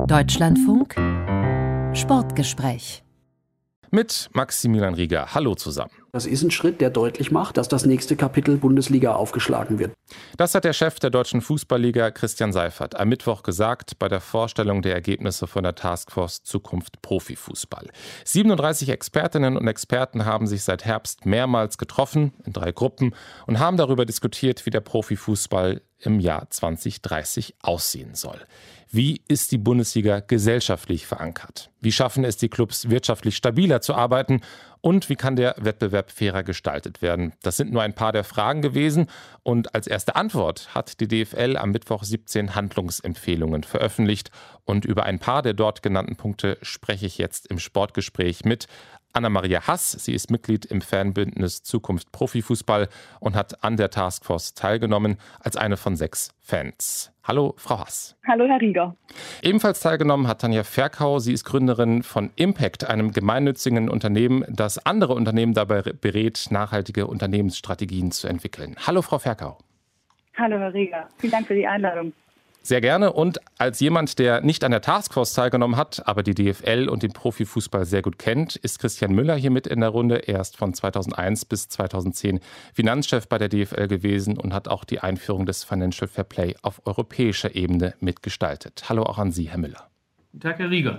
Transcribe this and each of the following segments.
Deutschlandfunk Sportgespräch mit Maximilian Rieger. Hallo zusammen. Das ist ein Schritt, der deutlich macht, dass das nächste Kapitel Bundesliga aufgeschlagen wird. Das hat der Chef der Deutschen Fußballliga, Christian Seifert, am Mittwoch gesagt bei der Vorstellung der Ergebnisse von der Taskforce Zukunft Profifußball. 37 Expertinnen und Experten haben sich seit Herbst mehrmals getroffen, in 3 Gruppen, und haben darüber diskutiert, wie der Profifußball im Jahr 2030 aussehen soll. Wie ist die Bundesliga gesellschaftlich verankert? Wie schaffen es die Clubs, wirtschaftlich stabiler zu arbeiten? Und wie kann der Wettbewerb fairer gestaltet werden? Das sind nur ein paar der Fragen gewesen. Und als erste Antwort hat die DFL am Mittwoch 17 Handlungsempfehlungen veröffentlicht. Und über ein paar der dort genannten Punkte spreche ich jetzt im Sportgespräch mit Anna-Maria Hass. Sie ist Mitglied im Fanbündnis Zukunft Profifußball und hat an der Taskforce teilgenommen als eine von 6 Fans. Hallo, Frau Hass. Hallo, Herr Rieger. Ebenfalls teilgenommen hat Tanja Ferkau. Sie ist Gründerin von Impact, einem gemeinnützigen Unternehmen, das andere Unternehmen dabei berät, nachhaltige Unternehmensstrategien zu entwickeln. Hallo, Frau Ferkau. Hallo, Herr Rieger. Vielen Dank für die Einladung. Sehr gerne. Und als jemand, der nicht an der Taskforce teilgenommen hat, aber die DFL und den Profifußball sehr gut kennt, ist Christian Müller hier mit in der Runde. Er ist von 2001 bis 2010 Finanzchef bei der DFL gewesen und hat auch die Einführung des Financial Fair Play auf europäischer Ebene mitgestaltet. Hallo auch an Sie, Herr Müller. Guten Tag, Herr Rieger.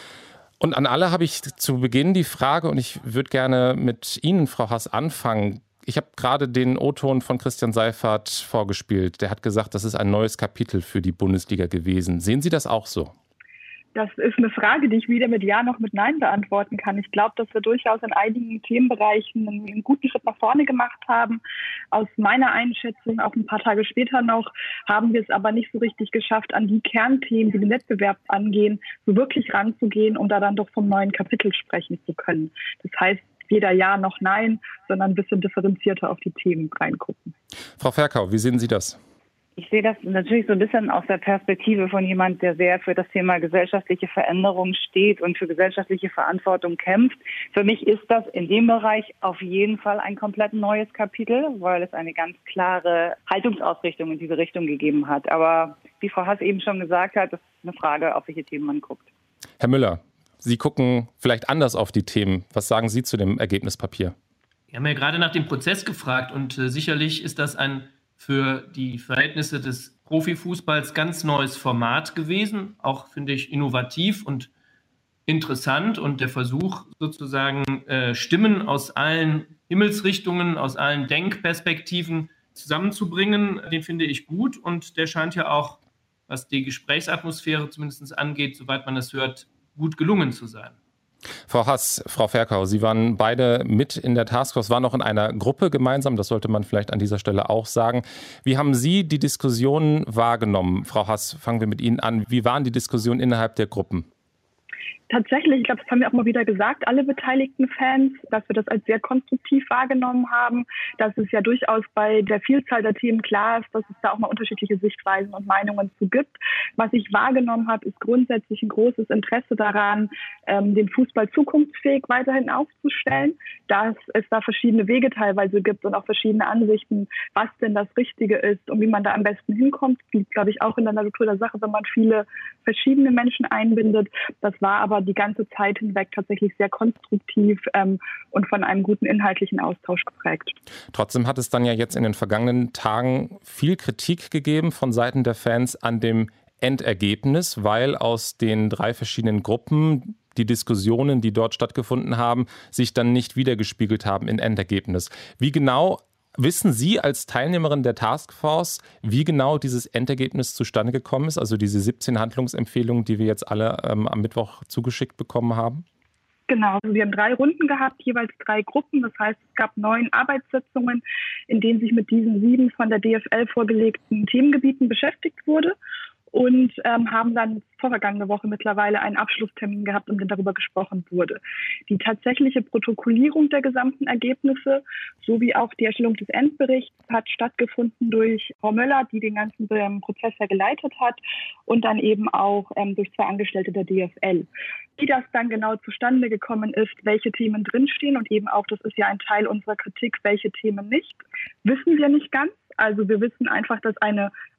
Und an alle habe ich zu Beginn die Frage, und ich würde gerne mit Ihnen, Frau Hass, anfangen. Ich habe gerade den O-Ton von Christian Seifert vorgespielt. Der hat gesagt, das ist ein neues Kapitel für die Bundesliga gewesen. Sehen Sie das auch so? Das ist eine Frage, die ich weder mit Ja noch mit Nein beantworten kann. Ich glaube, dass wir durchaus in einigen Themenbereichen einen guten Schritt nach vorne gemacht haben. Aus meiner Einschätzung, auch ein paar Tage später noch, haben wir es aber nicht so richtig geschafft, an die Kernthemen, die den Wettbewerb angehen, so wirklich ranzugehen, um da dann doch vom neuen Kapitel sprechen zu können. Das heißt, weder Ja noch Nein, sondern ein bisschen differenzierter auf die Themen reingucken. Frau Ferkau, wie sehen Sie das? Ich sehe das natürlich so ein bisschen aus der Perspektive von jemand, der sehr für das Thema gesellschaftliche Veränderung steht und für gesellschaftliche Verantwortung kämpft. Für mich ist das in dem Bereich auf jeden Fall ein komplett neues Kapitel, weil es eine ganz klare Haltungsausrichtung in diese Richtung gegeben hat. Aber wie Frau Hass eben schon gesagt hat, das ist eine Frage, auf welche Themen man guckt. Herr Müller, Sie gucken vielleicht anders auf die Themen. Was sagen Sie zu dem Ergebnispapier? Wir haben ja gerade nach dem Prozess gefragt und sicherlich ist das ein für die Verhältnisse des Profifußballs ganz neues Format gewesen. Auch, finde ich, innovativ und interessant und der Versuch sozusagen Stimmen aus allen Himmelsrichtungen, aus allen Denkperspektiven zusammenzubringen, den finde ich gut und der scheint ja auch, was die Gesprächsatmosphäre zumindest angeht, soweit man das hört, gut gelungen zu sein. Frau Hass, Frau Ferkau, Sie waren beide mit in der Taskforce, waren noch in einer Gruppe gemeinsam, das sollte man vielleicht an dieser Stelle auch sagen. Wie haben Sie die Diskussionen wahrgenommen? Frau Hass, fangen wir mit Ihnen an. Wie waren die Diskussionen innerhalb der Gruppen? Tatsächlich, ich glaube, das haben wir auch mal wieder gesagt, alle beteiligten Fans, dass wir das als sehr konstruktiv wahrgenommen haben, dass es ja durchaus bei der Vielzahl der Themen klar ist, dass es da auch mal unterschiedliche Sichtweisen und Meinungen zu gibt. Was ich wahrgenommen habe, ist grundsätzlich ein großes Interesse daran, den Fußball zukunftsfähig weiterhin aufzustellen, dass es da verschiedene Wege teilweise gibt und auch verschiedene Ansichten, was denn das Richtige ist und wie man da am besten hinkommt. Das liegt, glaube ich, auch in der Natur der Sache, wenn man viele verschiedene Menschen einbindet. Das war aber die ganze Zeit hinweg tatsächlich sehr konstruktiv und von einem guten inhaltlichen Austausch geprägt. Trotzdem hat es dann ja jetzt in den vergangenen Tagen viel Kritik gegeben von Seiten der Fans an dem Endergebnis, weil aus den 3 verschiedenen Gruppen die Diskussionen, die dort stattgefunden haben, sich dann nicht wiedergespiegelt haben im Endergebnis. Wie genau wissen Sie als Teilnehmerin der Taskforce, wie genau dieses Endergebnis zustande gekommen ist, also diese 17 Handlungsempfehlungen, die wir jetzt alle am Mittwoch zugeschickt bekommen haben? Genau, also wir haben 3 Runden gehabt, jeweils 3 Gruppen. Das heißt, es gab 9 Arbeitssitzungen, in denen sich mit diesen 7 von der DFL vorgelegten Themengebieten beschäftigt wurde. Und haben dann vorvergangene Woche mittlerweile einen Abschlusstermin gehabt, um den darüber gesprochen wurde. Die tatsächliche Protokollierung der gesamten Ergebnisse sowie auch die Erstellung des Endberichts hat stattgefunden durch Frau Möller, die den ganzen Prozess ja geleitet hat und dann eben auch durch 2 Angestellte der DFL. Wie das dann genau zustande gekommen ist, welche Themen drinstehen und eben auch, das ist ja ein Teil unserer Kritik, welche Themen nicht, wissen wir nicht ganz. Also wir wissen einfach, dass eine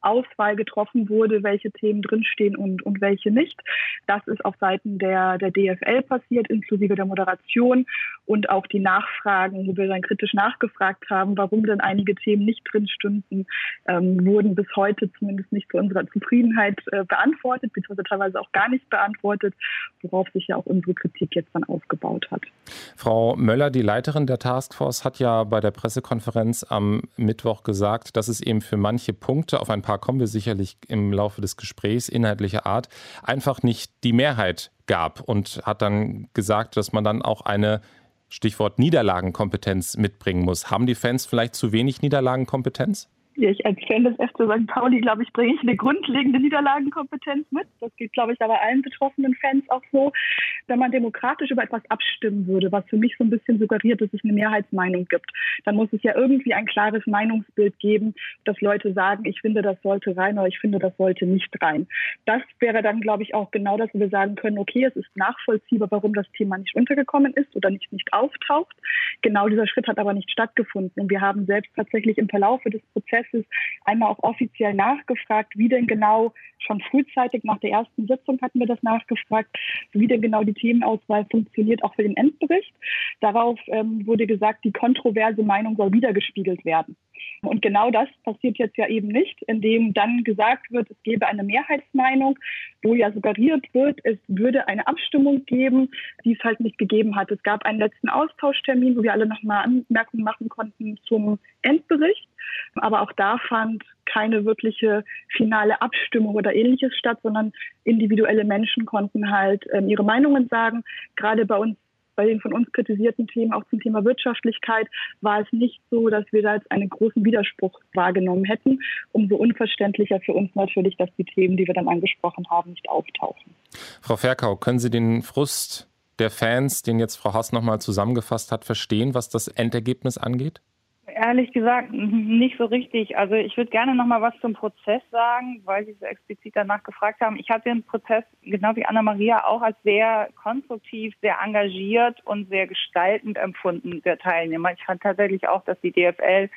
Auswahl getroffen wurde, welche Themen drinstehen und welche nicht. Das ist auf Seiten der DFL passiert, inklusive der Moderation und auch die Nachfragen, wo wir dann kritisch nachgefragt haben, warum denn einige Themen nicht drin stünden, wurden bis heute zumindest nicht zu unserer Zufriedenheit beantwortet, beziehungsweise teilweise auch gar nicht beantwortet, worauf sich ja auch unsere Kritik jetzt dann aufgebaut hat. Frau Möller, die Leiterin der Taskforce, hat ja bei der Pressekonferenz am Mittwoch gesagt, dass es eben für manche Punkte, auf ein paar kommen wir sicherlich im Laufe des Gesprächs inhaltlicher Art, einfach nicht die Mehrheit gab und hat dann gesagt, dass man dann auch eine, Stichwort Niederlagenkompetenz, mitbringen muss. Haben die Fans vielleicht zu wenig Niederlagenkompetenz? Ja, ich als Fan des FC St. Pauli, glaube ich, bringe ich eine grundlegende Niederlagenkompetenz mit. Das geht, glaube ich, aber allen betroffenen Fans auch so. Wenn man demokratisch über etwas abstimmen würde, was für mich so ein bisschen suggeriert, dass es eine Mehrheitsmeinung gibt, dann muss es ja irgendwie ein klares Meinungsbild geben, dass Leute sagen, ich finde, das sollte rein oder ich finde, das sollte nicht rein. Das wäre dann, glaube ich, auch genau das, wo wir sagen können, okay, es ist nachvollziehbar, warum das Thema nicht untergekommen ist oder nicht auftaucht. Genau dieser Schritt hat aber nicht stattgefunden. Und wir haben selbst tatsächlich im Verlaufe des Prozesses einmal auch offiziell nachgefragt, wie denn genau, schon frühzeitig nach der ersten Sitzung hatten wir das nachgefragt, wie denn genau die Themenauswahl funktioniert, auch für den Endbericht. Darauf wurde gesagt, die kontroverse Meinung soll wiedergespiegelt werden. Und genau das passiert jetzt ja eben nicht, indem dann gesagt wird, es gäbe eine Mehrheitsmeinung, wo ja suggeriert wird, es würde eine Abstimmung geben, die es halt nicht gegeben hat. Es gab einen letzten Austauschtermin, wo wir alle nochmal Anmerkungen machen konnten zum Endbericht. Aber auch da fand keine wirkliche finale Abstimmung oder Ähnliches statt, sondern individuelle Menschen konnten halt ihre Meinungen sagen. Gerade bei den von uns kritisierten Themen, auch zum Thema Wirtschaftlichkeit, war es nicht so, dass wir da jetzt einen großen Widerspruch wahrgenommen hätten. Umso unverständlicher für uns natürlich, dass die Themen, die wir dann angesprochen haben, nicht auftauchen. Frau Ferkau, können Sie den Frust der Fans, den jetzt Frau Haas nochmal zusammengefasst hat, verstehen, was das Endergebnis angeht? Ehrlich gesagt, nicht so richtig. Also ich würde gerne noch mal was zum Prozess sagen, weil Sie so explizit danach gefragt haben. Ich habe den Prozess, genau wie Anna-Maria, auch als sehr konstruktiv, sehr engagiert und sehr gestaltend empfunden, der Teilnehmer. Ich fand tatsächlich auch, dass die DFL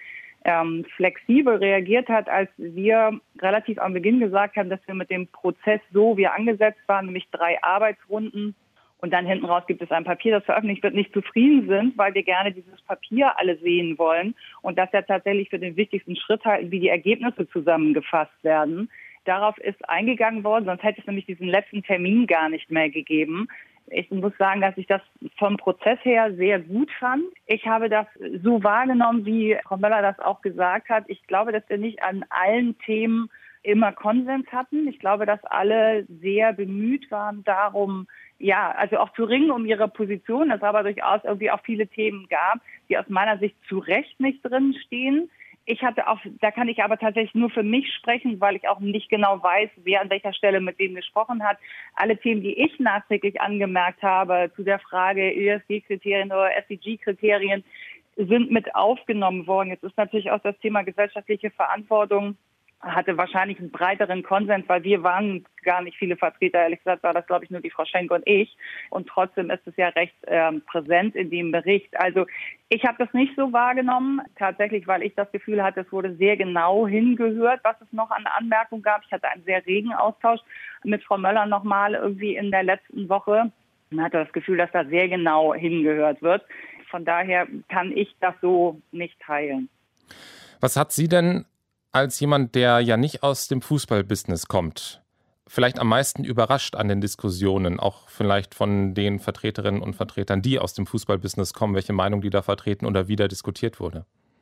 flexibel reagiert hat, als wir relativ am Beginn gesagt haben, dass wir mit dem Prozess so, wie er angesetzt war, nämlich 3 Arbeitsrunden, und dann hinten raus gibt es ein Papier, das veröffentlicht wird, nicht zufrieden sind, weil wir gerne dieses Papier alle sehen wollen und das ja tatsächlich für den wichtigsten Schritt halten, wie die Ergebnisse zusammengefasst werden. Darauf ist eingegangen worden, sonst hätte es nämlich diesen letzten Termin gar nicht mehr gegeben. Ich muss sagen, dass ich das vom Prozess her sehr gut fand. Ich habe das so wahrgenommen, wie Frau Möller das auch gesagt hat. Ich glaube, dass wir nicht an allen Themen immer Konsens hatten. Ich glaube, dass alle sehr bemüht waren darum, ja, also auch zu ringen um ihre Position, es aber durchaus irgendwie auch viele Themen gab, die aus meiner Sicht zu Recht nicht drin stehen. Da kann ich aber tatsächlich nur für mich sprechen, weil ich auch nicht genau weiß, wer an welcher Stelle mit wem gesprochen hat. Alle Themen, die ich nachträglich angemerkt habe zu der Frage ESG-Kriterien oder SDG-Kriterien, sind mit aufgenommen worden. Jetzt ist natürlich auch das Thema gesellschaftliche Verantwortung hatte wahrscheinlich einen breiteren Konsens, weil wir waren gar nicht viele Vertreter. Ehrlich gesagt war das, glaube ich, nur die Frau Schenk und ich. Und trotzdem ist es ja recht präsent in dem Bericht. Also ich habe das nicht so wahrgenommen, tatsächlich, weil ich das Gefühl hatte, es wurde sehr genau hingehört, was es noch an Anmerkungen gab. Ich hatte einen sehr regen Austausch mit Frau Möller nochmal irgendwie in der letzten Woche. Man hatte das Gefühl, dass da sehr genau hingehört wird. Von daher kann ich das so nicht teilen. Was hat Sie denn als jemand, der ja nicht aus dem Fußballbusiness kommt, vielleicht am meisten überrascht an den Diskussionen, auch vielleicht von den Vertreterinnen und Vertretern, die aus dem Fußballbusiness kommen, welche Meinung die da vertreten oder wie da diskutiert wurde?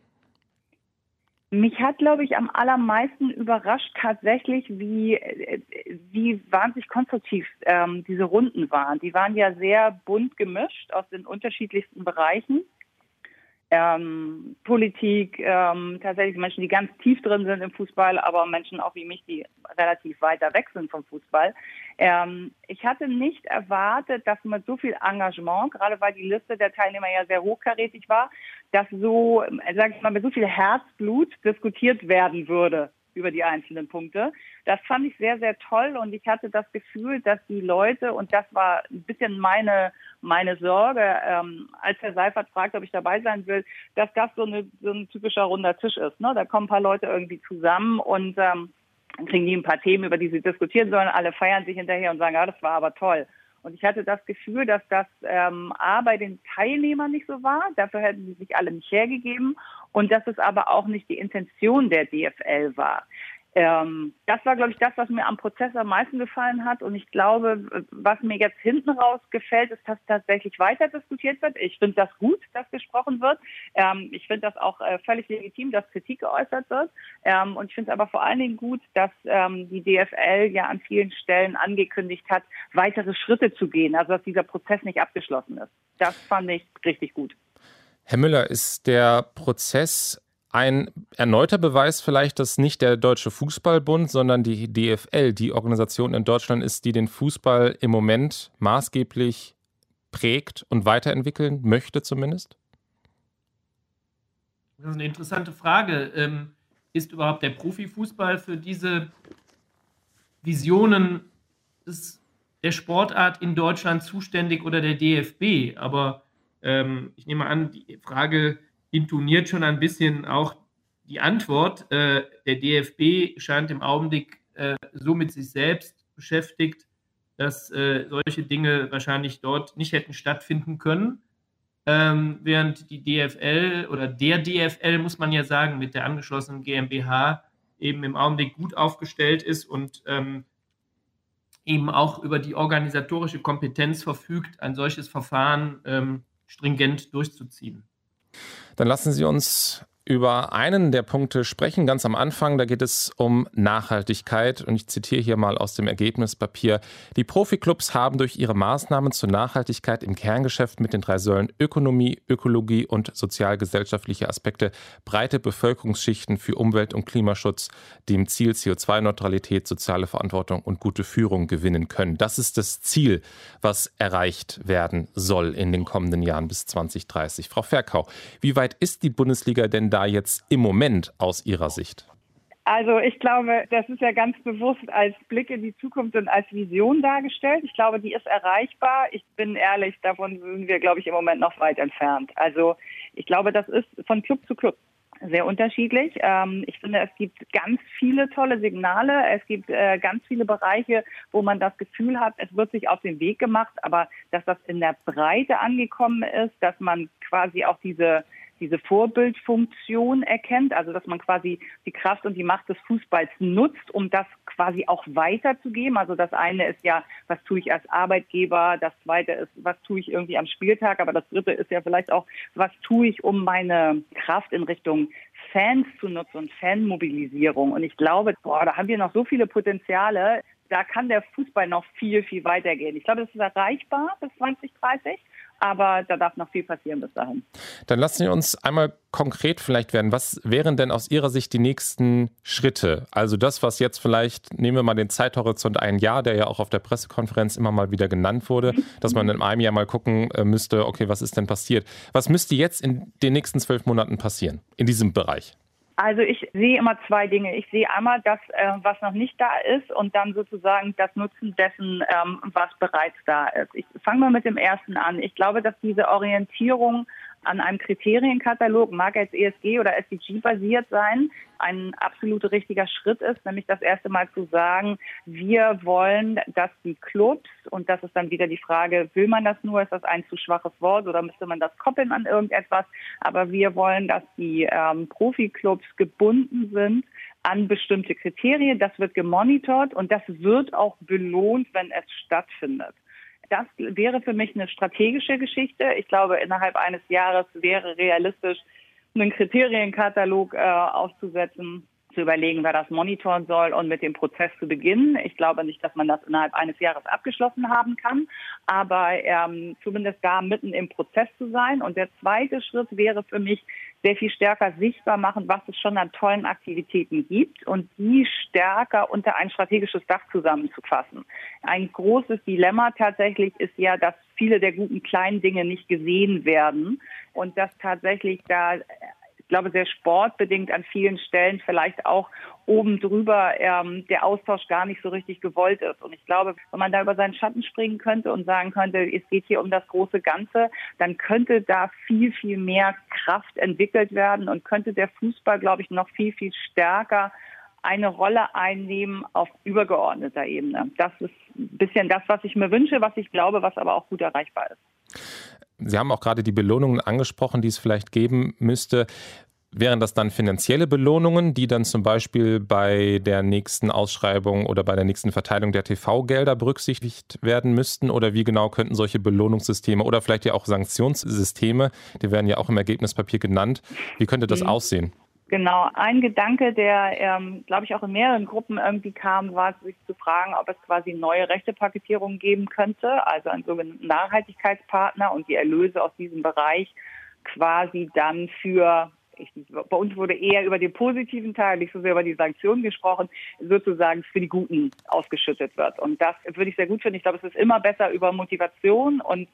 Mich hat, glaube ich, am allermeisten überrascht tatsächlich, wie wahnsinnig konstruktiv diese Runden waren. Die waren ja sehr bunt gemischt aus den unterschiedlichsten Bereichen. Politik, tatsächlich Menschen, die ganz tief drin sind im Fußball, aber Menschen auch wie mich, die relativ weiter weg sind vom Fußball. Ich hatte nicht erwartet, dass mit so viel Engagement, gerade weil die Liste der Teilnehmer ja sehr hochkarätig war, dass so, sag ich mal, mit so viel Herzblut diskutiert werden würde über die einzelnen Punkte. Das fand ich sehr, sehr toll und ich hatte das Gefühl, dass die Leute, und das war ein bisschen meine Sorge, als Herr Seifert fragt, ob ich dabei sein will, dass das so ein typischer runder Tisch ist. Ne? Da kommen ein paar Leute irgendwie zusammen und Dann kriegen die ein paar Themen, über die sie diskutieren sollen. Alle feiern sich hinterher und sagen, ja, das war aber toll. Und ich hatte das Gefühl, dass das bei den Teilnehmern nicht so war. Dafür hätten sie sich alle nicht hergegeben. Und dass es aber auch nicht die Intention der DFL war. Das war, glaube ich, das, was mir am Prozess am meisten gefallen hat. Und ich glaube, was mir jetzt hinten raus gefällt, ist, dass tatsächlich weiter diskutiert wird. Ich finde das gut, dass gesprochen wird. Ich finde das auch völlig legitim, dass Kritik geäußert wird. Und ich finde es aber vor allen Dingen gut, dass die DFL ja an vielen Stellen angekündigt hat, weitere Schritte zu gehen. Also dass dieser Prozess nicht abgeschlossen ist. Das fand ich richtig gut. Herr Müller, ist der Prozess ein erneuter Beweis vielleicht, dass nicht der Deutsche Fußballbund, sondern die DFL die Organisation in Deutschland ist, die den Fußball im Moment maßgeblich prägt und weiterentwickeln möchte zumindest? Das ist eine interessante Frage. Ist überhaupt der Profifußball für diese Visionen der Sportart in Deutschland zuständig oder der DFB? Aber ich nehme an, die Frage intoniert schon ein bisschen auch die Antwort. Der DFB scheint im Augenblick so mit sich selbst beschäftigt, dass solche Dinge wahrscheinlich dort nicht hätten stattfinden können. Während die DFL oder der DFL, muss man ja sagen, mit der angeschlossenen GmbH eben im Augenblick gut aufgestellt ist und eben auch über die organisatorische Kompetenz verfügt, ein solches Verfahren stringent durchzuziehen. Dann lassen Sie uns über einen der Punkte sprechen, ganz am Anfang. Da geht es um Nachhaltigkeit und ich zitiere hier mal aus dem Ergebnispapier. Die Profiklubs haben durch ihre Maßnahmen zur Nachhaltigkeit im Kerngeschäft mit den 3 Säulen Ökonomie, Ökologie und sozialgesellschaftliche Aspekte breite Bevölkerungsschichten für Umwelt- und Klimaschutz, dem Ziel CO2-Neutralität, soziale Verantwortung und gute Führung gewinnen können. Das ist das Ziel, was erreicht werden soll in den kommenden Jahren bis 2030. Frau Ferkau, wie weit ist die Bundesliga denn da jetzt im Moment aus Ihrer Sicht? Also ich glaube, das ist ja ganz bewusst als Blick in die Zukunft und als Vision dargestellt. Ich glaube, die ist erreichbar. Ich bin ehrlich, davon sind wir, glaube ich, im Moment noch weit entfernt. Also ich glaube, das ist von Club zu Club sehr unterschiedlich. Ich finde, es gibt ganz viele tolle Signale. Es gibt ganz viele Bereiche, wo man das Gefühl hat, es wird sich auf den Weg gemacht, aber dass das in der Breite angekommen ist, dass man quasi auch diese Vorbildfunktion erkennt, also dass man quasi die Kraft und die Macht des Fußballs nutzt, um das quasi auch weiterzugeben. Also das eine ist ja, was tue ich als Arbeitgeber, das zweite ist, was tue ich irgendwie am Spieltag, aber das dritte ist ja vielleicht auch, was tue ich, um meine Kraft in Richtung Fans zu nutzen und Fanmobilisierung. Und ich glaube, da haben wir noch so viele Potenziale, da kann der Fußball noch viel, viel weitergehen. Ich glaube, das ist erreichbar bis 2030. Aber da darf noch viel passieren bis dahin. Dann lassen Sie uns einmal konkret vielleicht werden. Was wären denn aus Ihrer Sicht die nächsten Schritte? Also das, was jetzt vielleicht, nehmen wir mal den Zeithorizont 1 Jahr, der ja auch auf der Pressekonferenz immer mal wieder genannt wurde, dass man in einem Jahr mal gucken müsste, okay, was ist denn passiert? Was müsste jetzt in den nächsten 12 Monaten passieren in diesem Bereich? Also ich sehe immer 2 Dinge. Ich sehe einmal das, was noch nicht da ist und dann sozusagen das Nutzen dessen, was bereits da ist. Ich fange mal mit dem ersten an. Ich glaube, dass diese Orientierung an einem Kriterienkatalog, mag jetzt ESG oder SDG basiert sein, ein absolut richtiger Schritt ist, nämlich das erste Mal zu sagen, wir wollen, dass die Clubs, und das ist dann wieder die Frage, will man das nur, ist das ein zu schwaches Wort oder müsste man das koppeln an irgendetwas, aber wir wollen, dass die Profiklubs gebunden sind an bestimmte Kriterien, das wird gemonitort und das wird auch belohnt, wenn es stattfindet. Das wäre für mich eine strategische Geschichte. Ich glaube, innerhalb eines Jahres wäre realistisch, einen Kriterienkatalog aufzusetzen, zu überlegen, wer das monitoren soll und mit dem Prozess zu beginnen. Ich glaube nicht, dass man das innerhalb eines Jahres abgeschlossen haben kann, aber zumindest da mitten im Prozess zu sein. Und der zweite Schritt wäre für mich, sehr viel stärker sichtbar machen, was es schon an tollen Aktivitäten gibt und die stärker unter ein strategisches Dach zusammenzufassen. Ein großes Dilemma tatsächlich ist ja, dass viele der guten kleinen Dinge nicht gesehen werden und dass tatsächlich da, ich glaube, sehr sportbedingt an vielen Stellen vielleicht auch oben drüber der Austausch gar nicht so richtig gewollt ist. Und ich glaube, wenn man da über seinen Schatten springen könnte und sagen könnte, es geht hier um das große Ganze, dann könnte da viel, viel mehr Kraft entwickelt werden und könnte der Fußball, glaube ich, noch viel, viel stärker eine Rolle einnehmen auf übergeordneter Ebene. Das ist ein bisschen das, was ich mir wünsche, was ich glaube, was aber auch gut erreichbar ist. Sie haben auch gerade die Belohnungen angesprochen, die es vielleicht geben müsste. Wären das dann finanzielle Belohnungen, die dann zum Beispiel bei der nächsten Ausschreibung oder bei der nächsten Verteilung der TV-Gelder berücksichtigt werden müssten? Oder wie genau könnten solche Belohnungssysteme oder vielleicht ja auch Sanktionssysteme, die werden ja auch im Ergebnispapier genannt, wie könnte das aussehen? Genau, ein Gedanke, der, glaube ich, auch in mehreren Gruppen irgendwie kam, war, sich zu fragen, ob es quasi neue Rechtepaketierungen geben könnte, also einen sogenannten Nachhaltigkeitspartner und die Erlöse aus diesem Bereich quasi dann bei uns wurde eher über den positiven Teil, nicht so sehr über die Sanktionen gesprochen, sozusagen für die Guten ausgeschüttet wird. Und das würde ich sehr gut finden. Ich glaube, es ist immer besser, über Motivation und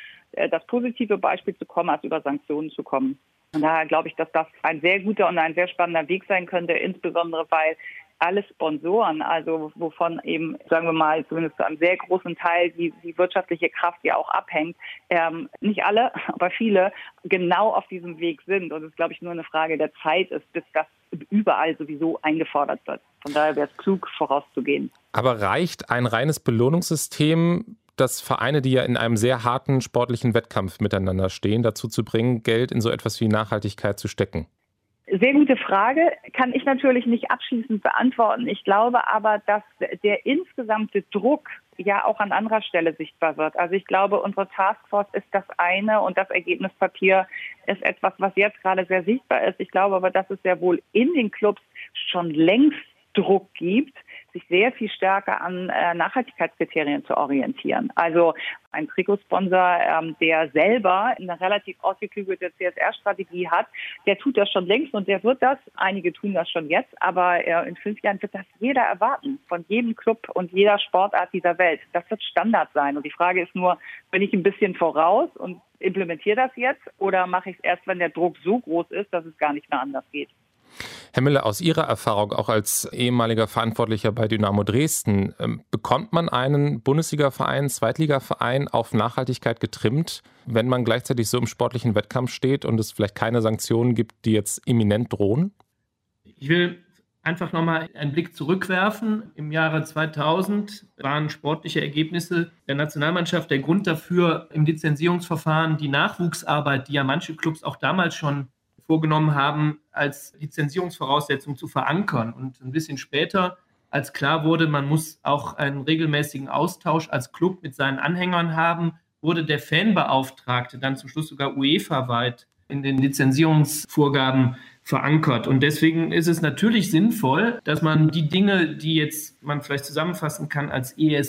das positive Beispiel zu kommen, als über Sanktionen zu kommen. Und daher glaube ich, dass das ein sehr guter und ein sehr spannender Weg sein könnte, insbesondere weil alle Sponsoren, also wovon eben, sagen wir mal, zumindest zu einem sehr großen Teil die wirtschaftliche Kraft ja auch abhängt, nicht alle, aber viele genau auf diesem Weg sind. Und es, glaube ich, nur eine Frage der Zeit ist, bis das überall sowieso eingefordert wird. Von daher wäre es klug, vorauszugehen. Aber reicht ein reines Belohnungssystem, das Vereine, die ja in einem sehr harten sportlichen Wettkampf miteinander stehen, dazu zu bringen, Geld in so etwas wie Nachhaltigkeit zu stecken? Sehr gute Frage, kann ich natürlich nicht abschließend beantworten. Ich glaube aber, dass der insgesamte Druck ja auch an anderer Stelle sichtbar wird. Also ich glaube, unsere Taskforce ist das eine und das Ergebnispapier ist etwas, was jetzt gerade sehr sichtbar ist. Ich glaube aber, dass es sehr wohl in den Clubs schon längst Druck gibt, sich sehr viel stärker an Nachhaltigkeitskriterien zu orientieren. Also ein Trikotsponsor, der selber eine relativ ausgeklügelte CSR-Strategie hat, der tut das schon längst und der wird das, einige tun das schon jetzt, aber in 5 Jahren wird das jeder erwarten, von jedem Club und jeder Sportart dieser Welt. Das wird Standard sein. Und die Frage ist nur, bin ich ein bisschen voraus und implementiere das jetzt oder mache ich es erst, wenn der Druck so groß ist, dass es gar nicht mehr anders geht? Herr Müller, aus Ihrer Erfahrung, auch als ehemaliger Verantwortlicher bei Dynamo Dresden, bekommt man einen Bundesliga-Verein, Zweitliga-Verein auf Nachhaltigkeit getrimmt, wenn man gleichzeitig so im sportlichen Wettkampf steht und es vielleicht keine Sanktionen gibt, die jetzt imminent drohen? Ich will einfach nochmal einen Blick zurückwerfen. Im Jahre 2000 waren sportliche Ergebnisse der Nationalmannschaft der Grund dafür, im Lizenzierungsverfahren die Nachwuchsarbeit, die ja manche Clubs auch damals schon vorgenommen haben, als Lizenzierungsvoraussetzung zu verankern. Und ein bisschen später, als klar wurde, man muss auch einen regelmäßigen Austausch als Club mit seinen Anhängern haben, wurde der Fanbeauftragte dann zum Schluss sogar UEFA-weit in den Lizenzierungsvorgaben verankert. Und deswegen ist es natürlich sinnvoll, dass man die Dinge, die jetzt man vielleicht zusammenfassen kann als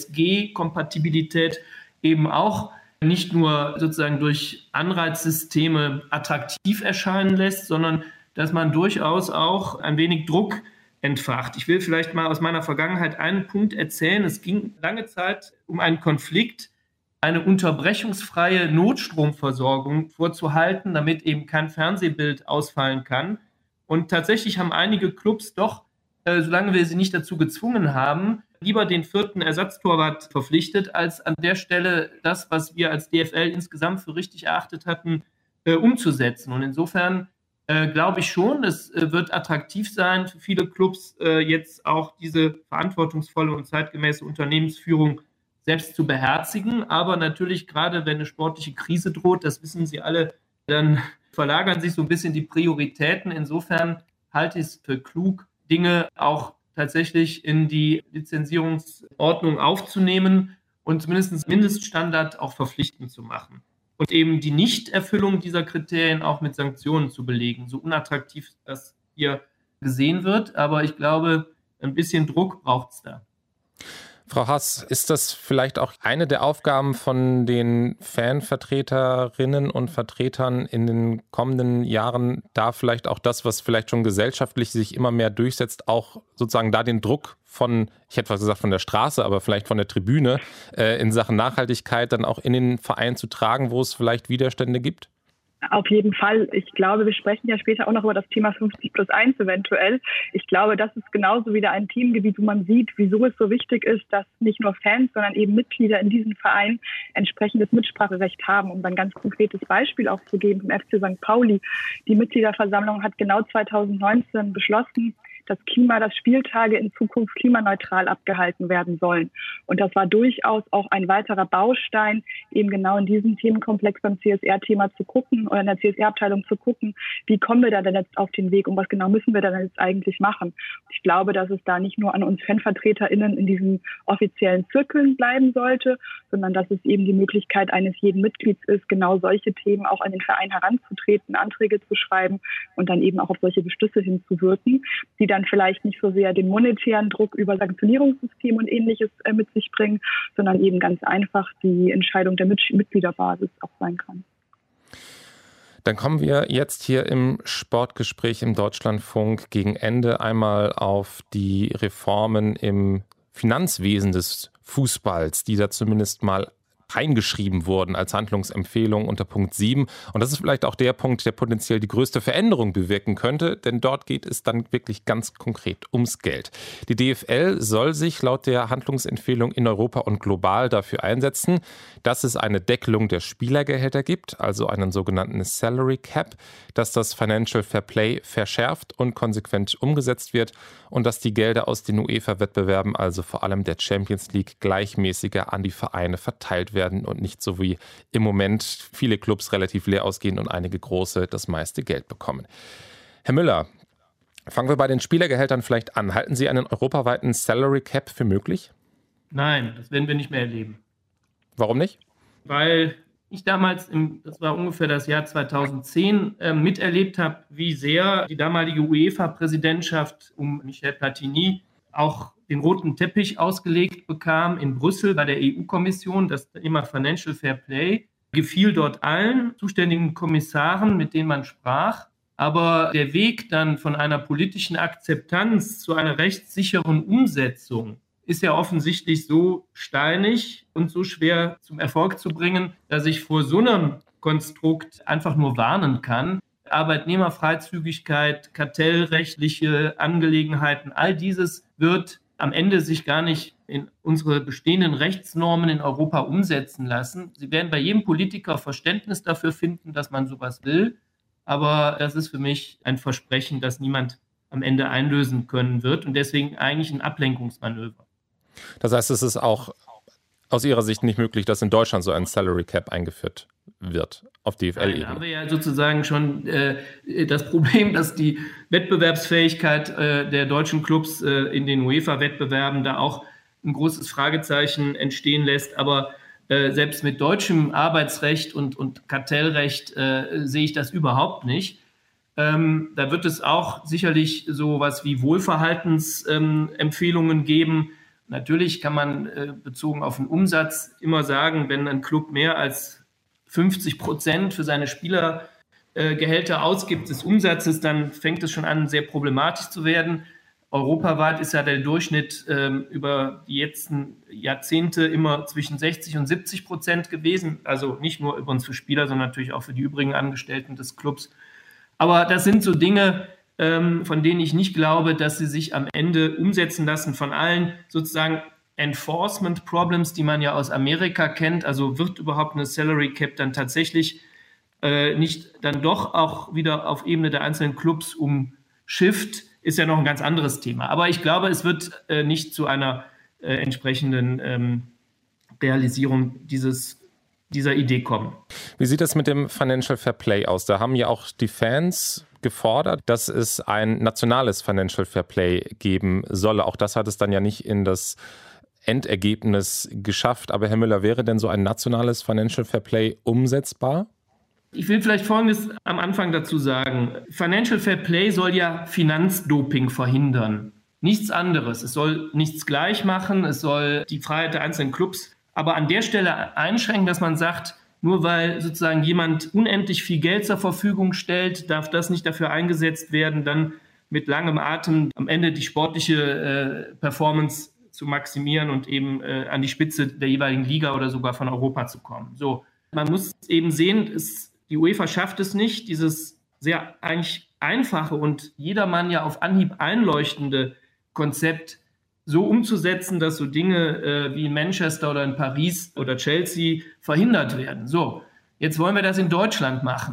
ESG-Kompatibilität, eben auch nicht nur sozusagen durch Anreizsysteme attraktiv erscheinen lässt, sondern dass man durchaus auch ein wenig Druck entfacht. Ich will vielleicht mal aus meiner Vergangenheit einen Punkt erzählen. Es ging lange Zeit um einen Konflikt, eine unterbrechungsfreie Notstromversorgung vorzuhalten, damit eben kein Fernsehbild ausfallen kann. Und tatsächlich haben einige Clubs doch, solange wir sie nicht dazu gezwungen haben, lieber den 4. Ersatztorwart verpflichtet, als an der Stelle das, was wir als DFL insgesamt für richtig erachtet hatten, umzusetzen. Und insofern glaube ich schon, es wird attraktiv sein für viele Clubs, jetzt auch diese verantwortungsvolle und zeitgemäße Unternehmensführung selbst zu beherzigen. Aber natürlich, gerade wenn eine sportliche Krise droht, das wissen Sie alle, dann verlagern sich so ein bisschen die Prioritäten. Insofern halte ich es für klug, Dinge auch tatsächlich in die Lizenzierungsordnung aufzunehmen und zumindest einen Mindeststandard auch verpflichtend zu machen. Und eben die Nichterfüllung dieser Kriterien auch mit Sanktionen zu belegen, so unattraktiv das hier gesehen wird. Aber ich glaube, ein bisschen Druck braucht es da. Frau Hass, ist das vielleicht auch eine der Aufgaben von den Fanvertreterinnen und Vertretern in den kommenden Jahren, da vielleicht auch das, was vielleicht schon gesellschaftlich sich immer mehr durchsetzt, auch sozusagen da den Druck von, ich hätte fast gesagt von der Straße, aber vielleicht von der Tribüne in Sachen Nachhaltigkeit dann auch in den Verein zu tragen, wo es vielleicht Widerstände gibt? Auf jeden Fall. Ich glaube, wir sprechen ja später auch noch über das Thema 50+1 eventuell. Ich glaube, das ist genauso wieder ein Themengebiet, wo man sieht, wieso es so wichtig ist, dass nicht nur Fans, sondern eben Mitglieder in diesem Verein entsprechendes Mitspracherecht haben. Um ein ganz konkretes Beispiel auch zu geben, im FC St. Pauli. Die Mitgliederversammlung hat genau 2019 beschlossen, dass Spieltage in Zukunft klimaneutral abgehalten werden sollen. Und das war durchaus auch ein weiterer Baustein, eben genau in diesem Themenkomplex beim CSR-Thema zu gucken oder in der CSR-Abteilung zu gucken, wie kommen wir da denn jetzt auf den Weg und was genau müssen wir da jetzt eigentlich machen. Und ich glaube, dass es da nicht nur an uns FanvertreterInnen in diesen offiziellen Zirkeln bleiben sollte, sondern dass es eben die Möglichkeit eines jeden Mitglieds ist, genau solche Themen auch an den Verein heranzutreten, Anträge zu schreiben und dann eben auch auf solche Beschlüsse hinzuwirken, die dann vielleicht nicht so sehr den monetären Druck über Sanktionierungssystem und Ähnliches mit sich bringen, sondern eben ganz einfach die Entscheidung der Mitgliederbasis auch sein kann. Dann kommen wir jetzt hier im Sportgespräch im Deutschlandfunk gegen Ende einmal auf die Reformen im Finanzwesen des Fußballs, die da zumindest mal reingeschrieben wurden als Handlungsempfehlung unter Punkt 7. Und das ist vielleicht auch der Punkt, der potenziell die größte Veränderung bewirken könnte, denn dort geht es dann wirklich ganz konkret ums Geld. Die DFL soll sich laut der Handlungsempfehlung in Europa und global dafür einsetzen, dass es eine Deckelung der Spielergehälter gibt, also einen sogenannten Salary Cap, dass das Financial Fair Play verschärft und konsequent umgesetzt wird und dass die Gelder aus den UEFA-Wettbewerben, also vor allem der Champions League, gleichmäßiger an die Vereine verteilt werden und nicht so wie im Moment viele Clubs relativ leer ausgehen und einige große das meiste Geld bekommen. Herr Müller, fangen wir bei den Spielergehältern vielleicht an. Halten Sie einen europaweiten Salary Cap für möglich? Nein, das werden wir nicht mehr erleben. Warum nicht? Weil ich damals, das war ungefähr das Jahr 2010, miterlebt habe, wie sehr die damalige UEFA-Präsidentschaft um Michel Platini auch den roten Teppich ausgelegt bekam in Brüssel bei der EU-Kommission. Das Thema Financial Fair Play gefiel dort allen zuständigen Kommissaren, mit denen man sprach. Aber der Weg dann von einer politischen Akzeptanz zu einer rechtssicheren Umsetzung ist ja offensichtlich so steinig und so schwer zum Erfolg zu bringen, dass ich vor so einem Konstrukt einfach nur warnen kann. Arbeitnehmerfreizügigkeit, kartellrechtliche Angelegenheiten, all dieses wird am Ende sich gar nicht in unsere bestehenden Rechtsnormen in Europa umsetzen lassen. Sie werden bei jedem Politiker Verständnis dafür finden, dass man sowas will. Aber das ist für mich ein Versprechen, das niemand am Ende einlösen können wird und deswegen eigentlich ein Ablenkungsmanöver. Das heißt, es ist auch aus Ihrer Sicht nicht möglich, dass in Deutschland so ein Salary Cap eingeführt wird auf DFL-Ebene. Da haben wir ja sozusagen schon das Problem, dass die Wettbewerbsfähigkeit der deutschen Clubs in den UEFA-Wettbewerben da auch ein großes Fragezeichen entstehen lässt. Aber selbst mit deutschem Arbeitsrecht und Kartellrecht sehe ich das überhaupt nicht. Da wird es auch sicherlich so was wie Wohlverhaltensempfehlungen geben. Natürlich kann man bezogen auf den Umsatz immer sagen, wenn ein Club mehr als 50% für seine Spielergehälter ausgibt des Umsatzes, dann fängt es schon an, sehr problematisch zu werden. Europaweit ist ja der Durchschnitt über die letzten Jahrzehnte immer zwischen 60 und 70% gewesen. Also nicht nur übrigens für Spieler, sondern natürlich auch für die übrigen Angestellten des Clubs. Aber das sind so Dinge, von denen ich nicht glaube, dass sie sich am Ende umsetzen lassen von allen sozusagen Enforcement Problems, die man ja aus Amerika kennt. Also wird überhaupt eine Salary Cap dann tatsächlich nicht dann doch auch wieder auf Ebene der einzelnen Clubs umschifft, ist ja noch ein ganz anderes Thema. Aber ich glaube, es wird nicht zu einer entsprechenden Realisierung dieser Idee kommen. Wie sieht es mit dem Financial Fair Play aus? Da haben ja auch die Fans gefordert, dass es ein nationales Financial Fair Play geben solle. Auch das hat es dann ja nicht in das Endergebnis geschafft. Aber Herr Müller, wäre denn so ein nationales Financial Fair Play umsetzbar? Ich will vielleicht Folgendes am Anfang dazu sagen. Financial Fair Play soll ja Finanzdoping verhindern. Nichts anderes. Es soll nichts gleich machen. Es soll die Freiheit der einzelnen Clubs aber an der Stelle einschränken, dass man sagt, nur weil sozusagen jemand unendlich viel Geld zur Verfügung stellt, darf das nicht dafür eingesetzt werden, dann mit langem Atem am Ende die sportliche Performance zu maximieren und eben an die Spitze der jeweiligen Liga oder sogar von Europa zu kommen. So, man muss eben sehen, die UEFA schafft es nicht, dieses sehr eigentlich einfache und jedermann ja auf Anhieb einleuchtende Konzept so umzusetzen, dass so Dinge wie in Manchester oder in Paris oder Chelsea verhindert werden. So, jetzt wollen wir das in Deutschland machen.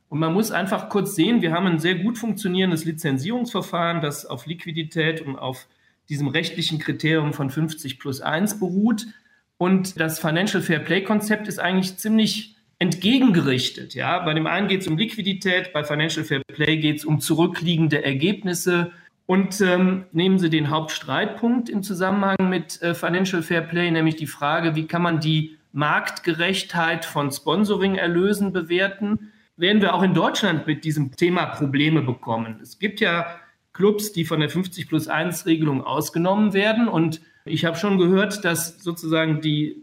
Und man muss einfach kurz sehen, wir haben ein sehr gut funktionierendes Lizenzierungsverfahren, das auf Liquidität und auf diesem rechtlichen Kriterium von 50+1 beruht. Und das Financial Fair Play Konzept ist eigentlich ziemlich entgegengerichtet. Ja? Bei dem einen geht es um Liquidität, bei Financial Fair Play geht es um zurückliegende Ergebnisse. Und nehmen Sie den Hauptstreitpunkt im Zusammenhang mit Financial Fair Play, nämlich die Frage, wie kann man die Marktgerechtheit von Sponsoring-Erlösen bewerten, werden wir auch in Deutschland mit diesem Thema Probleme bekommen. Es gibt ja Clubs, die von der 50+1-Regelung ausgenommen werden. Und ich habe schon gehört, dass sozusagen die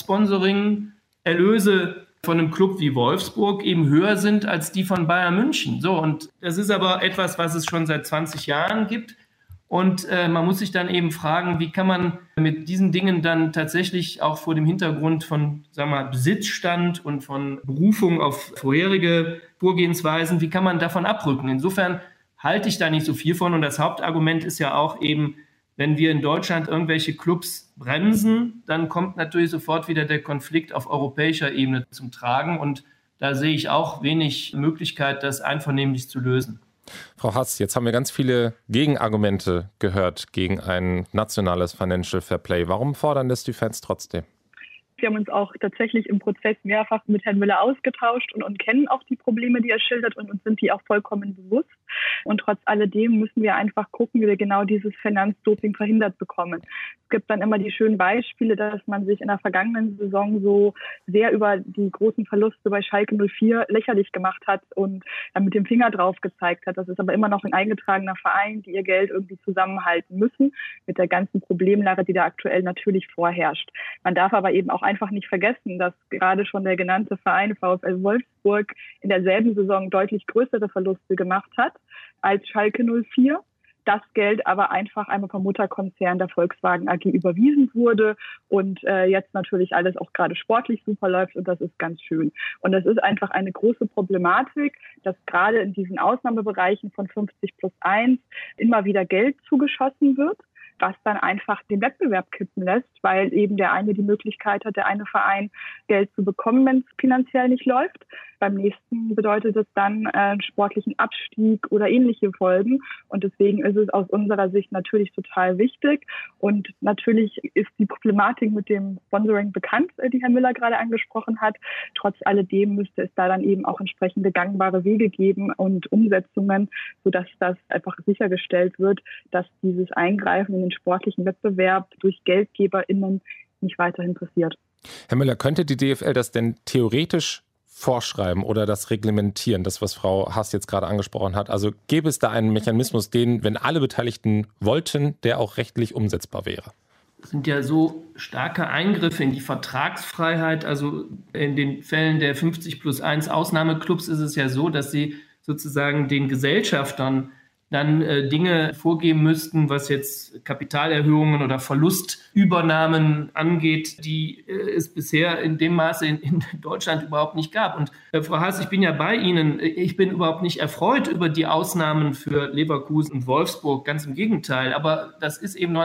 Hauptsponsoring-Erlöse von einem Club wie Wolfsburg eben höher sind als die von Bayern München. So, und das ist aber etwas, was es schon seit 20 Jahren gibt. Und man muss sich dann eben fragen, wie kann man mit diesen Dingen dann tatsächlich auch vor dem Hintergrund von, sagen wir mal, Besitzstand und von Berufung auf vorherige Vorgehensweisen, wie kann man davon abrücken? Insofern halte ich da nicht so viel von. Und das Hauptargument ist ja auch eben, wenn wir in Deutschland irgendwelche Clubs bremsen, dann kommt natürlich sofort wieder der Konflikt auf europäischer Ebene zum Tragen. Und da sehe ich auch wenig Möglichkeit, das einvernehmlich zu lösen. Frau Hass, jetzt haben wir ganz viele Gegenargumente gehört gegen ein nationales Financial Fair Play. Warum fordern das die Fans trotzdem? Wir haben uns auch tatsächlich im Prozess mehrfach mit Herrn Müller ausgetauscht und kennen auch die Probleme, die er schildert und uns sind die auch vollkommen bewusst. Und trotz alledem müssen wir einfach gucken, wie wir genau dieses Finanzdoping verhindert bekommen. Es gibt dann immer die schönen Beispiele, dass man sich in der vergangenen Saison so sehr über die großen Verluste bei Schalke 04 lächerlich gemacht hat und mit dem Finger drauf gezeigt hat. Das ist aber immer noch ein eingetragener Verein, die ihr Geld irgendwie zusammenhalten müssen mit der ganzen Problemlage, die da aktuell natürlich vorherrscht. Man darf aber eben auch einfach nicht vergessen, dass gerade schon der genannte Verein VfL Wolfsburg in derselben Saison deutlich größere Verluste gemacht hat als Schalke 04. Das Geld aber einfach einmal vom Mutterkonzern der Volkswagen AG überwiesen wurde und jetzt natürlich alles auch gerade sportlich super läuft und das ist ganz schön. Und das ist einfach eine große Problematik, dass gerade in diesen Ausnahmebereichen von 50+1 immer wieder Geld zugeschossen wird, was dann einfach den Wettbewerb kippen lässt, weil eben der eine die Möglichkeit hat, der eine Verein Geld zu bekommen, wenn es finanziell nicht läuft. Beim nächsten bedeutet es dann einen sportlichen Abstieg oder ähnliche Folgen. Und deswegen ist es aus unserer Sicht natürlich total wichtig. Und natürlich ist die Problematik mit dem Sponsoring bekannt, die Herr Müller gerade angesprochen hat. Trotz alledem müsste es da dann eben auch entsprechende gangbare Wege geben und Umsetzungen, sodass das einfach sichergestellt wird, dass dieses Eingreifen in den sportlichen Wettbewerb durch GeldgeberInnen nicht weiterhin passiert. Herr Müller, könnte die DFL das denn theoretisch vorschreiben oder das reglementieren, das, was Frau Hass jetzt gerade angesprochen hat? Also gäbe es da einen Mechanismus, den, wenn alle Beteiligten wollten, der auch rechtlich umsetzbar wäre? Das sind ja so starke Eingriffe in die Vertragsfreiheit. Also in den Fällen der 50+1 Ausnahmeclubs ist es ja so, dass sie sozusagen den Gesellschaftern dann Dinge vorgeben müssten, was jetzt Kapitalerhöhungen oder Verlustübernahmen angeht, die es bisher in dem Maße in Deutschland überhaupt nicht gab. Und Frau Haas, ich bin ja bei Ihnen. Ich bin überhaupt nicht erfreut über die Ausnahmen für Leverkusen und Wolfsburg, ganz im Gegenteil. Aber das ist eben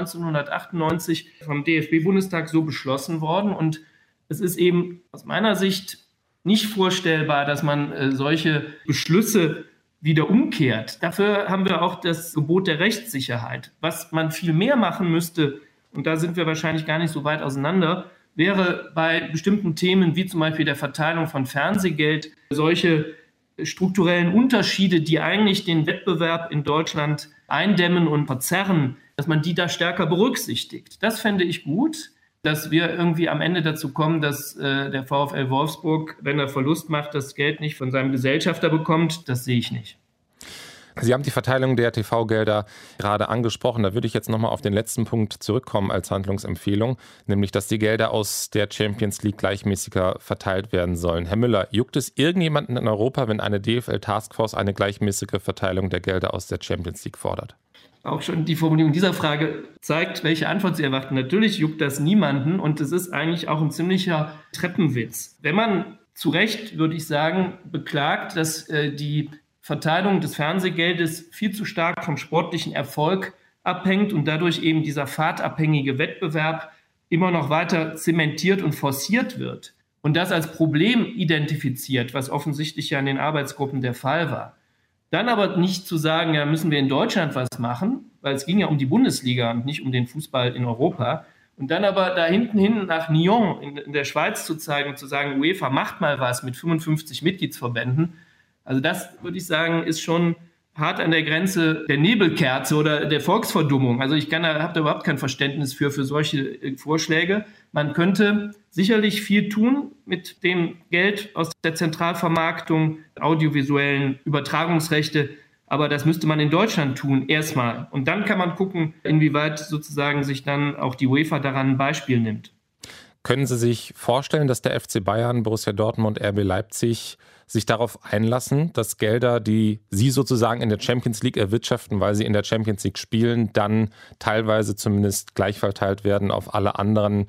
1998 vom DFB-Bundestag so beschlossen worden. Und es ist eben aus meiner Sicht nicht vorstellbar, dass man solche Beschlüsse wieder umkehrt. Dafür haben wir auch das Gebot der Rechtssicherheit. Was man viel mehr machen müsste, und da sind wir wahrscheinlich gar nicht so weit auseinander, wäre bei bestimmten Themen wie zum Beispiel der Verteilung von Fernsehgeld solche strukturellen Unterschiede, die eigentlich den Wettbewerb in Deutschland eindämmen und verzerren, dass man die da stärker berücksichtigt. Das fände ich gut, dass wir irgendwie am Ende dazu kommen, dass der VfL Wolfsburg, wenn er Verlust macht, das Geld nicht von seinem Gesellschafter bekommt. Das sehe ich nicht. Sie haben die Verteilung der TV-Gelder gerade angesprochen. Da würde ich jetzt nochmal auf den letzten Punkt zurückkommen als Handlungsempfehlung, nämlich, dass die Gelder aus der Champions League gleichmäßiger verteilt werden sollen. Herr Müller, juckt es irgendjemanden in Europa, wenn eine DFL-Taskforce eine gleichmäßige Verteilung der Gelder aus der Champions League fordert? Auch schon die Formulierung dieser Frage zeigt, welche Antwort Sie erwarten. Natürlich juckt das niemanden und es ist eigentlich auch ein ziemlicher Treppenwitz. Wenn man zu Recht, würde ich sagen, beklagt, dass die Verteilung des Fernsehgeldes viel zu stark vom sportlichen Erfolg abhängt und dadurch eben dieser fahrtabhängige Wettbewerb immer noch weiter zementiert und forciert wird, und das als Problem identifiziert, was offensichtlich ja in den Arbeitsgruppen der Fall war. Dann aber nicht zu sagen, ja, müssen wir in Deutschland was machen, weil es ging ja um die Bundesliga und nicht um den Fußball in Europa. Und dann aber da hinten hin nach Nyon in der Schweiz zu zeigen und zu sagen, UEFA macht mal was mit 55 Mitgliedsverbänden. Also das, würde ich sagen, ist schon hart an der Grenze der Nebelkerze oder der Volksverdummung. Also ich habe da überhaupt kein Verständnis für solche Vorschläge. Man könnte sicherlich viel tun mit dem Geld aus der Zentralvermarktung, audiovisuellen Übertragungsrechte, aber das müsste man in Deutschland tun, erstmal. Und dann kann man gucken, inwieweit sozusagen sich dann auch die UEFA daran ein Beispiel nimmt. Können Sie sich vorstellen, dass der FC Bayern, Borussia Dortmund, RB Leipzig sich darauf einlassen, dass Gelder, die sie sozusagen in der Champions League erwirtschaften, weil sie in der Champions League spielen, dann teilweise zumindest gleich verteilt werden auf alle anderen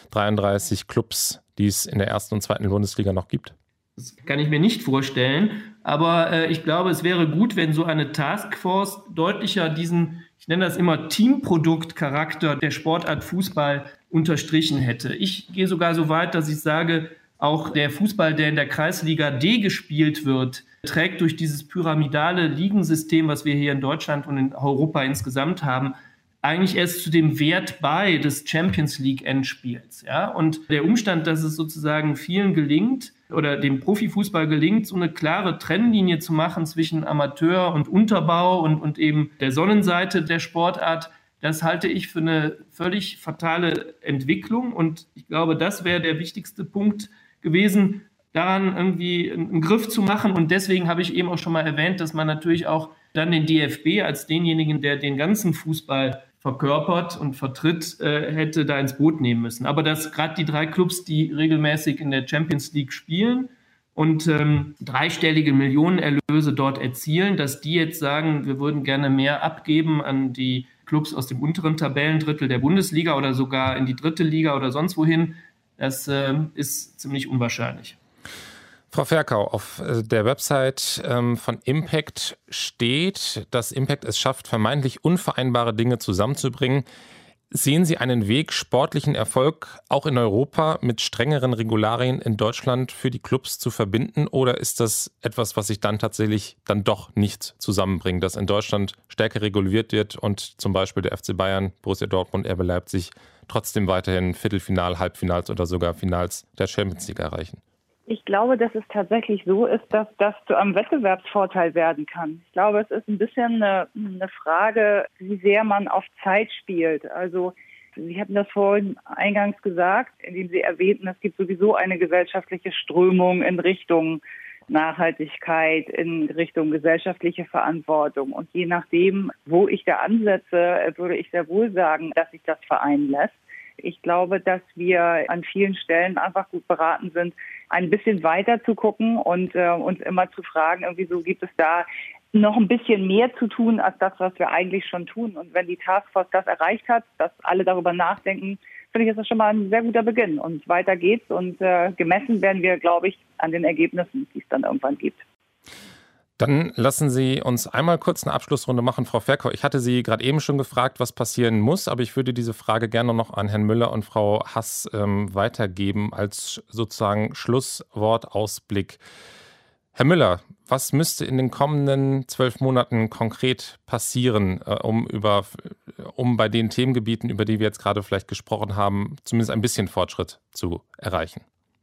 33 Clubs, die es in der ersten und zweiten Bundesliga noch gibt? Das kann ich mir nicht vorstellen, aber ich glaube, es wäre gut, wenn so eine Taskforce deutlicher diesen, ich nenne das immer Teamproduktcharakter der Sportart Fußball unterstrichen hätte. Ich gehe sogar so weit, dass ich sage, auch der Fußball, der in der Kreisliga D gespielt wird, trägt durch dieses pyramidale Ligensystem, was wir hier in Deutschland und in Europa insgesamt haben, eigentlich erst zu dem Wert bei des Champions League Endspiels. Ja? Und der Umstand, dass es sozusagen vielen gelingt oder dem Profifußball gelingt, so eine klare Trennlinie zu machen zwischen Amateur und Unterbau und eben der Sonnenseite der Sportart, das halte ich für eine völlig fatale Entwicklung. Und ich glaube, das wäre der wichtigste Punkt gewesen, daran irgendwie einen Griff zu machen. Und deswegen habe ich eben auch schon mal erwähnt, dass man natürlich auch dann den DFB als denjenigen, der den ganzen Fußball verkörpert und vertritt, hätte da ins Boot nehmen müssen. Aber dass gerade die 3 Clubs, die regelmäßig in der Champions League spielen und dreistellige Millionenerlöse dort erzielen, dass die jetzt sagen, wir würden gerne mehr abgeben an die Clubs aus dem unteren Tabellendrittel der Bundesliga oder sogar in die 3. Liga oder sonst wohin, das ist ziemlich unwahrscheinlich. Frau Ferkau, auf der Website von Impact steht, dass Impact es schafft, vermeintlich unvereinbare Dinge zusammenzubringen. Sehen Sie einen Weg, sportlichen Erfolg auch in Europa mit strengeren Regularien in Deutschland für die Clubs zu verbinden? Oder ist das etwas, was sich dann tatsächlich dann doch nicht zusammenbringt, dass in Deutschland stärker reguliert wird und zum Beispiel der FC Bayern, Borussia Dortmund, RB Leipzig trotzdem weiterhin Viertelfinal, Halbfinals oder sogar Finals der Champions League erreichen? Ich glaube, dass es tatsächlich so ist, dass das zu einem Wettbewerbsvorteil werden kann. Ich glaube, es ist ein bisschen eine Frage, wie sehr man auf Zeit spielt. Also Sie hatten das vorhin eingangs gesagt, indem Sie erwähnten, es gibt sowieso eine gesellschaftliche Strömung in Richtung Nachhaltigkeit, in Richtung gesellschaftliche Verantwortung. Und je nachdem, wo ich da ansetze, würde ich sehr wohl sagen, dass sich das vereinen lässt. Ich glaube, dass wir an vielen Stellen einfach gut beraten sind, ein bisschen weiter zu gucken und uns immer zu fragen, irgendwie so, gibt es da noch ein bisschen mehr zu tun als das, was wir eigentlich schon tun. Und wenn die Taskforce das erreicht hat, dass alle darüber nachdenken, finde ich, ist das schon mal ein sehr guter Beginn. Und weiter geht's und gemessen werden wir, glaube ich, an den Ergebnissen, die es dann irgendwann gibt. Dann lassen Sie uns einmal kurz eine Abschlussrunde machen, Frau Ferkau. Ich hatte Sie gerade eben schon gefragt, was passieren muss, aber ich würde diese Frage gerne noch an Herrn Müller und Frau Hass weitergeben als sozusagen Schlusswortausblick. Herr Müller, was müsste in den kommenden 12 Monaten konkret passieren, um bei den Themengebieten, über die wir jetzt gerade vielleicht gesprochen haben, zumindest ein bisschen Fortschritt zu erreichen?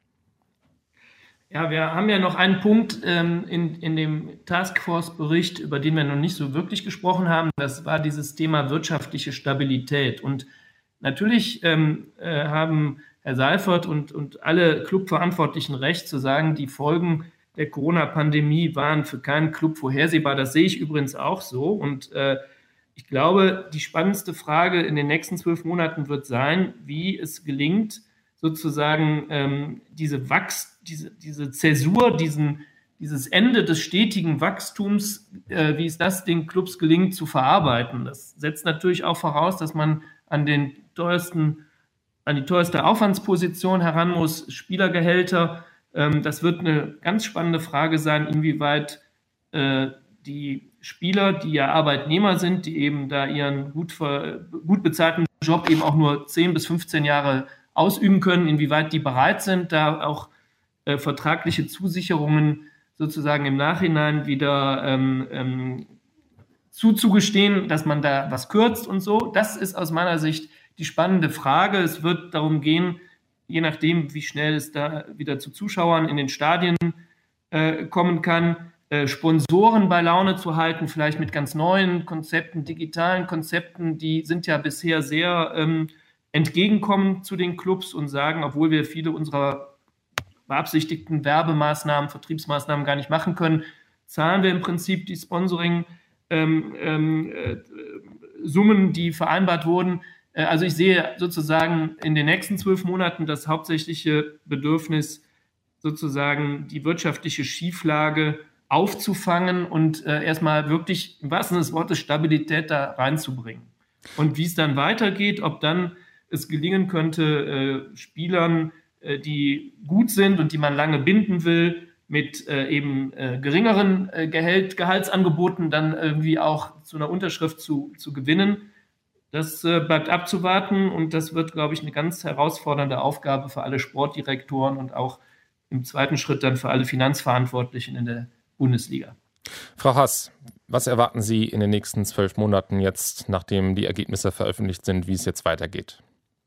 Ja, wir haben ja noch einen Punkt in dem Taskforce-Bericht, über den wir noch nicht so wirklich gesprochen haben. Das war dieses Thema wirtschaftliche Stabilität. Und natürlich haben Herr Seifert und alle Clubverantwortlichen recht zu sagen, die Folgen der Corona-Pandemie waren für keinen Club vorhersehbar. Das sehe ich übrigens auch so. Und ich glaube, die spannendste Frage in den nächsten 12 Monaten wird sein, wie es gelingt, sozusagen diese Zäsur, dieses Ende des stetigen Wachstums, wie es das den Clubs gelingt, zu verarbeiten. Das setzt natürlich auch voraus, dass man an die teuerste Aufwandsposition heran muss, Spielergehälter. Das wird eine ganz spannende Frage sein, inwieweit die Spieler, die ja Arbeitnehmer sind, die eben da ihren gut bezahlten Job eben auch nur 10 bis 15 Jahre ausüben können, inwieweit die bereit sind, da auch vertragliche Zusicherungen sozusagen im Nachhinein wieder zuzugestehen, dass man da was kürzt und so. Das ist aus meiner Sicht die spannende Frage. Es wird darum gehen, je nachdem, wie schnell es da wieder zu Zuschauern in den Stadien kommen kann, Sponsoren bei Laune zu halten, vielleicht mit ganz neuen Konzepten, digitalen Konzepten, die sind ja bisher sehr entgegenkommend zu den Clubs und sagen, obwohl wir viele unserer beabsichtigten Werbemaßnahmen, Vertriebsmaßnahmen gar nicht machen können, zahlen wir im Prinzip die Sponsoring-Summen, die vereinbart wurden. Also ich sehe sozusagen in den nächsten 12 Monaten das hauptsächliche Bedürfnis, sozusagen die wirtschaftliche Schieflage aufzufangen und erstmal wirklich im wahrsten Sinne des Wortes Stabilität da reinzubringen. Und wie es dann weitergeht, ob dann es gelingen könnte, Spielern, die gut sind und die man lange binden will, mit eben geringeren Gehaltsangeboten dann irgendwie auch zu einer Unterschrift zu gewinnen. Das bleibt abzuwarten und das wird, glaube ich, eine ganz herausfordernde Aufgabe für alle Sportdirektoren und auch im zweiten Schritt dann für alle Finanzverantwortlichen in der Bundesliga. Frau Hass, was erwarten Sie in den nächsten 12 Monaten jetzt, nachdem die Ergebnisse veröffentlicht sind, wie es jetzt weitergeht?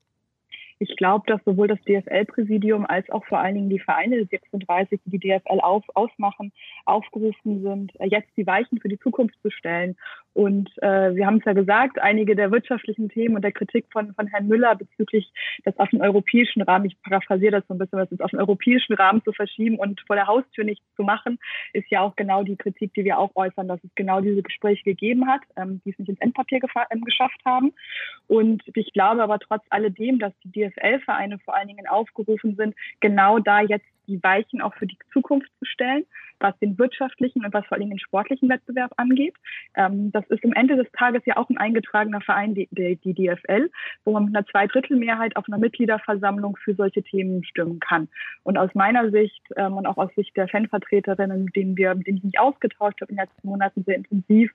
Ich glaube, dass sowohl das DFL-Präsidium als auch vor allen Dingen die Vereine, die 36, die die DFL ausmachen, aufgerufen sind, jetzt die Weichen für die Zukunft zu stellen. Und wir haben es ja gesagt, einige der wirtschaftlichen Themen und der Kritik von Herrn Müller bezüglich das auf den europäischen Rahmen, ich paraphrasiere das so ein bisschen, was ist auf den europäischen Rahmen zu verschieben und vor der Haustür nichts zu machen, ist ja auch genau die Kritik, die wir auch äußern, dass es genau diese Gespräche gegeben hat, die es nicht ins Endpapier geschafft haben. Und ich glaube aber trotz alledem, dass die DFL-Vereine vor allen Dingen aufgerufen sind, genau da jetzt die Weichen auch für die Zukunft zu stellen, was den wirtschaftlichen und was vor allem den sportlichen Wettbewerb angeht. Das ist am Ende des Tages ja auch ein eingetragener Verein, die DFL, wo man mit einer Zweidrittelmehrheit auf einer Mitgliederversammlung für solche Themen stimmen kann. Und aus meiner Sicht und auch aus Sicht der Fanvertreterinnen, mit denen ich mich ausgetauscht habe in den letzten Monaten sehr intensiv,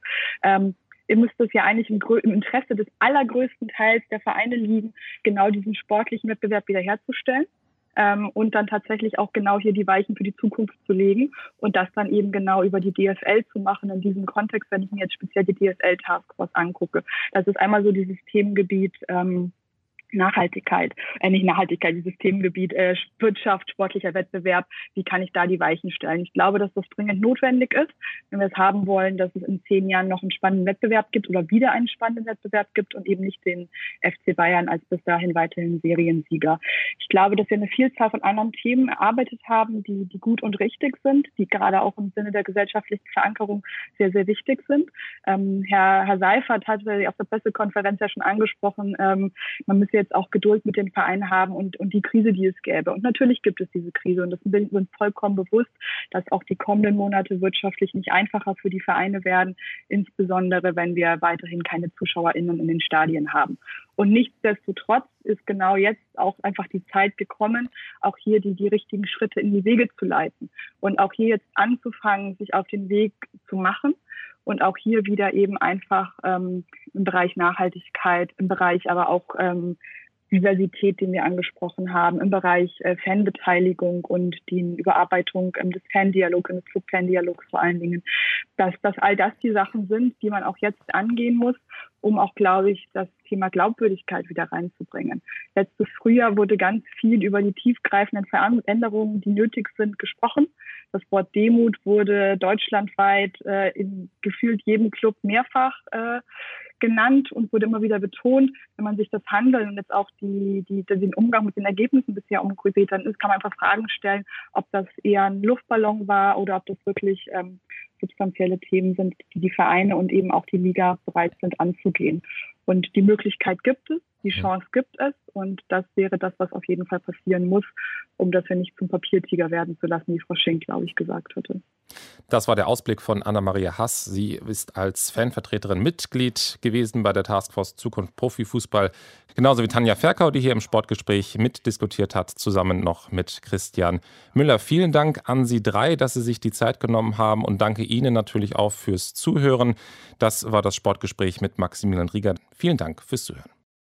müsste es ja eigentlich im Interesse des allergrößten Teils der Vereine liegen, genau diesen sportlichen Wettbewerb wiederherzustellen. Und dann tatsächlich auch genau hier die Weichen für die Zukunft zu legen und das dann eben genau über die DFL zu machen in diesem Kontext, wenn ich mir jetzt speziell die DFL-Taskforce angucke. Das ist einmal so dieses Themengebiet dieses Themengebiet Wirtschaft, sportlicher Wettbewerb, wie kann ich da die Weichen stellen? Ich glaube, dass das dringend notwendig ist, wenn wir es haben wollen, dass es in 10 Jahren noch einen spannenden Wettbewerb gibt oder wieder einen spannenden Wettbewerb gibt und eben nicht den FC Bayern als bis dahin weiterhin Seriensieger. Ich glaube, dass wir eine Vielzahl von anderen Themen erarbeitet haben, die gut und richtig sind, die gerade auch im Sinne der gesellschaftlichen Verankerung sehr, sehr wichtig sind. Herr Seifert hatte auf der Pressekonferenz ja schon angesprochen, man müsse jetzt auch Geduld mit den Vereinen haben und die Krise, die es gäbe. Und natürlich gibt es diese Krise und das sind uns vollkommen bewusst, dass auch die kommenden Monate wirtschaftlich nicht einfacher für die Vereine werden, insbesondere wenn wir weiterhin keine ZuschauerInnen in den Stadien haben. Und nichtsdestotrotz ist genau jetzt auch einfach die Zeit gekommen, auch hier die richtigen Schritte in die Wege zu leiten und auch hier jetzt anzufangen, sich auf den Weg zu machen. Und auch hier wieder eben einfach im Bereich Nachhaltigkeit, im Bereich aber auch Diversität, den wir angesprochen haben, im Bereich Fanbeteiligung und die Überarbeitung des Fandialogs, des Club-Fandialogs vor allen Dingen, dass all das die Sachen sind, die man auch jetzt angehen muss, um auch, glaube ich, das Thema Glaubwürdigkeit wieder reinzubringen. Letztes Frühjahr wurde ganz viel über die tiefgreifenden Veränderungen, die nötig sind, gesprochen. Das Wort Demut wurde deutschlandweit in gefühlt jedem Club mehrfach genannt und wurde immer wieder betont. Wenn man sich das Handeln und jetzt auch den Umgang mit den Ergebnissen bisher umgesetzt ist, kann man einfach Fragen stellen, ob das eher ein Luftballon war oder ob das wirklich substanzielle Themen sind, die die Vereine und eben auch die Liga bereit sind anzugehen. Und die Möglichkeit gibt es, die Chance gibt es und das wäre das, was auf jeden Fall passieren muss, um das ja nicht zum Papiertiger werden zu lassen, wie Frau Schenk, glaube ich, gesagt hatte. Das war der Ausblick von Anna-Maria Hass. Sie ist als Fanvertreterin Mitglied gewesen bei der Taskforce Zukunft Profifußball. Genauso wie Tanja Ferkau, die hier im Sportgespräch mitdiskutiert hat, zusammen noch mit Christian Müller. Vielen Dank an Sie drei, dass Sie sich die Zeit genommen haben und danke Ihnen natürlich auch fürs Zuhören. Das war das Sportgespräch mit Maximilian Rieger. Vielen Dank fürs Zuhören.